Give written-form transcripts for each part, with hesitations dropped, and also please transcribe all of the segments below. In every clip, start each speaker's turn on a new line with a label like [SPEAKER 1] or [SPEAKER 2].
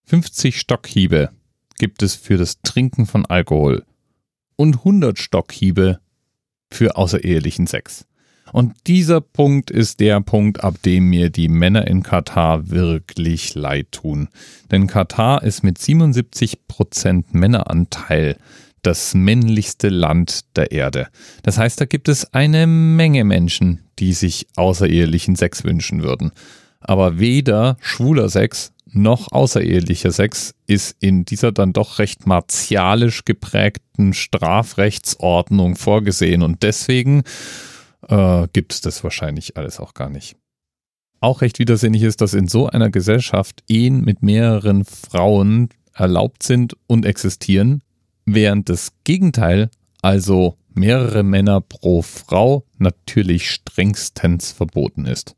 [SPEAKER 1] 50 Stockhiebe gibt es für das Trinken von Alkohol und 100 Stockhiebe für außerehelichen Sex. Und dieser Punkt ist der Punkt, ab dem mir die Männer in Katar wirklich leid tun. Denn Katar ist mit 77% Männeranteil das männlichste Land der Erde. Das heißt, da gibt es eine Menge Menschen, die sich außerehelichen Sex wünschen würden. Aber weder schwuler Sex noch außerehelicher Sex ist in dieser dann doch recht martialisch geprägten Strafrechtsordnung vorgesehen. Und deswegen gibt es das wahrscheinlich alles auch gar nicht. Auch recht widersinnig ist, dass in so einer Gesellschaft Ehen mit mehreren Frauen erlaubt sind und existieren, während das Gegenteil, also mehrere Männer pro Frau, natürlich strengstens verboten ist.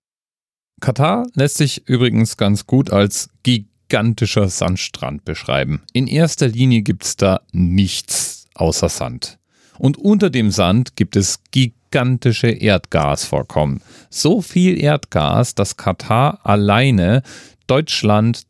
[SPEAKER 1] Katar lässt sich übrigens ganz gut als gigantischer Sandstrand beschreiben. In erster Linie gibt es da nichts außer Sand. Und unter dem Sand gibt es gigantische Erdgasvorkommen. So viel Erdgas, dass Katar alleine Deutschland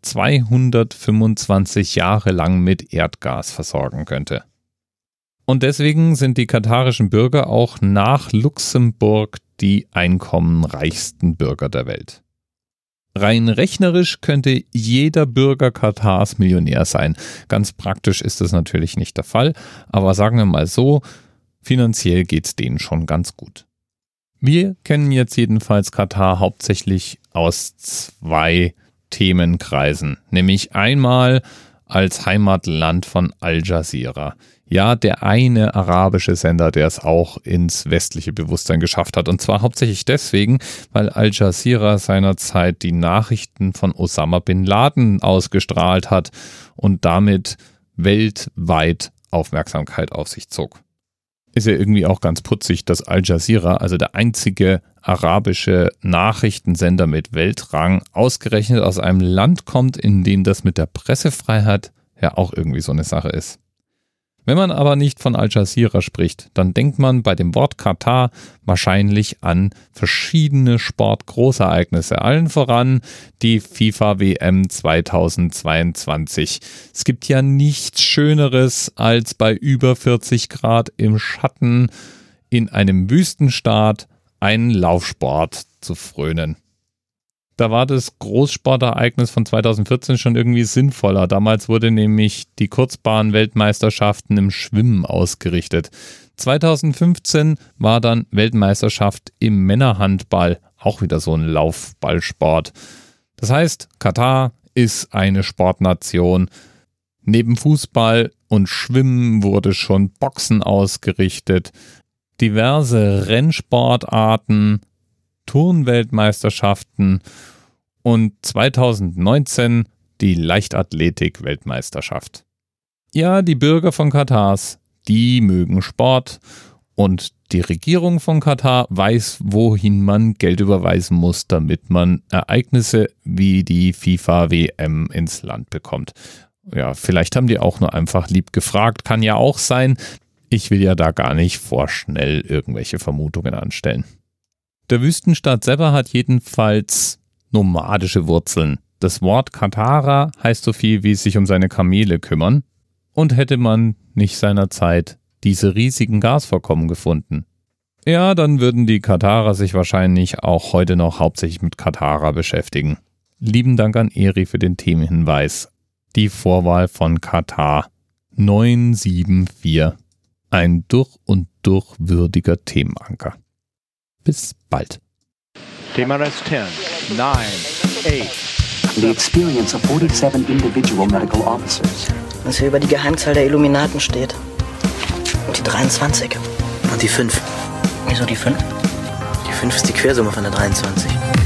[SPEAKER 1] 225 Jahre lang mit Erdgas versorgen könnte. Und deswegen sind die katarischen Bürger auch nach Luxemburg die einkommenreichsten Bürger der Welt. Rein rechnerisch könnte jeder Bürger Katars Millionär sein. Ganz praktisch ist das natürlich nicht der Fall, aber sagen wir mal so, finanziell geht's denen schon ganz gut. Wir kennen jetzt jedenfalls Katar hauptsächlich aus 2 Themenkreisen, nämlich einmal als Heimatland von Al Jazeera. Ja, der eine arabische Sender, der es auch ins westliche Bewusstsein geschafft hat. Und zwar hauptsächlich deswegen, weil Al Jazeera seinerzeit die Nachrichten von Osama bin Laden ausgestrahlt hat und damit weltweit Aufmerksamkeit auf sich zog. Ist ja irgendwie auch ganz putzig, dass Al Jazeera, also der einzige arabische Nachrichtensender mit Weltrang, ausgerechnet aus einem Land kommt, in dem das mit der Pressefreiheit ja auch irgendwie so eine Sache ist. Wenn man aber nicht von Al Jazeera spricht, dann denkt man bei dem Wort Katar wahrscheinlich an verschiedene Sportgroßereignisse, allen voran die FIFA-WM 2022. Es gibt ja nichts Schöneres, als bei über 40 Grad im Schatten in einem Wüstenstaat einen Laufsport zu frönen. Da war das Großsportereignis von 2014 schon irgendwie sinnvoller. Damals wurde nämlich die Kurzbahn-Weltmeisterschaften im Schwimmen ausgerichtet. 2015 war dann Weltmeisterschaft im Männerhandball, auch wieder so ein Laufballsport. Das heißt, Katar ist eine Sportnation. Neben Fußball und Schwimmen wurde schon Boxen ausgerichtet. Diverse Rennsportarten, Turnweltmeisterschaften und 2019 die Leichtathletik-Weltmeisterschaft. Ja, die Bürger von Katars, die mögen Sport und die Regierung von Katar weiß, wohin man Geld überweisen muss, damit man Ereignisse wie die FIFA-WM ins Land bekommt. Ja, vielleicht haben die auch nur einfach lieb gefragt, kann ja auch sein. Ich will ja da gar nicht vorschnell irgendwelche Vermutungen anstellen. Der Wüstenstaat selber hat jedenfalls nomadische Wurzeln. Das Wort Katara heißt so viel wie sich um seine Kamele kümmern. Und hätte man nicht seinerzeit diese riesigen Gasvorkommen gefunden, ja, dann würden die Katarer sich wahrscheinlich auch heute noch hauptsächlich mit Katara beschäftigen. Lieben Dank an Eri für den Themenhinweis. Die Vorwahl von Katar 974. Ein durch und durch würdiger Themenanker. Bis bald.
[SPEAKER 2] TMRS 10, 9, 8.
[SPEAKER 3] The experience of 47 individual medical officers.
[SPEAKER 4] Was hier über die Geheimzahl der Illuminaten steht. Und die 23.
[SPEAKER 5] Und die 5.
[SPEAKER 4] Wieso die 5?
[SPEAKER 5] Die 5 ist die Quersumme von der 23.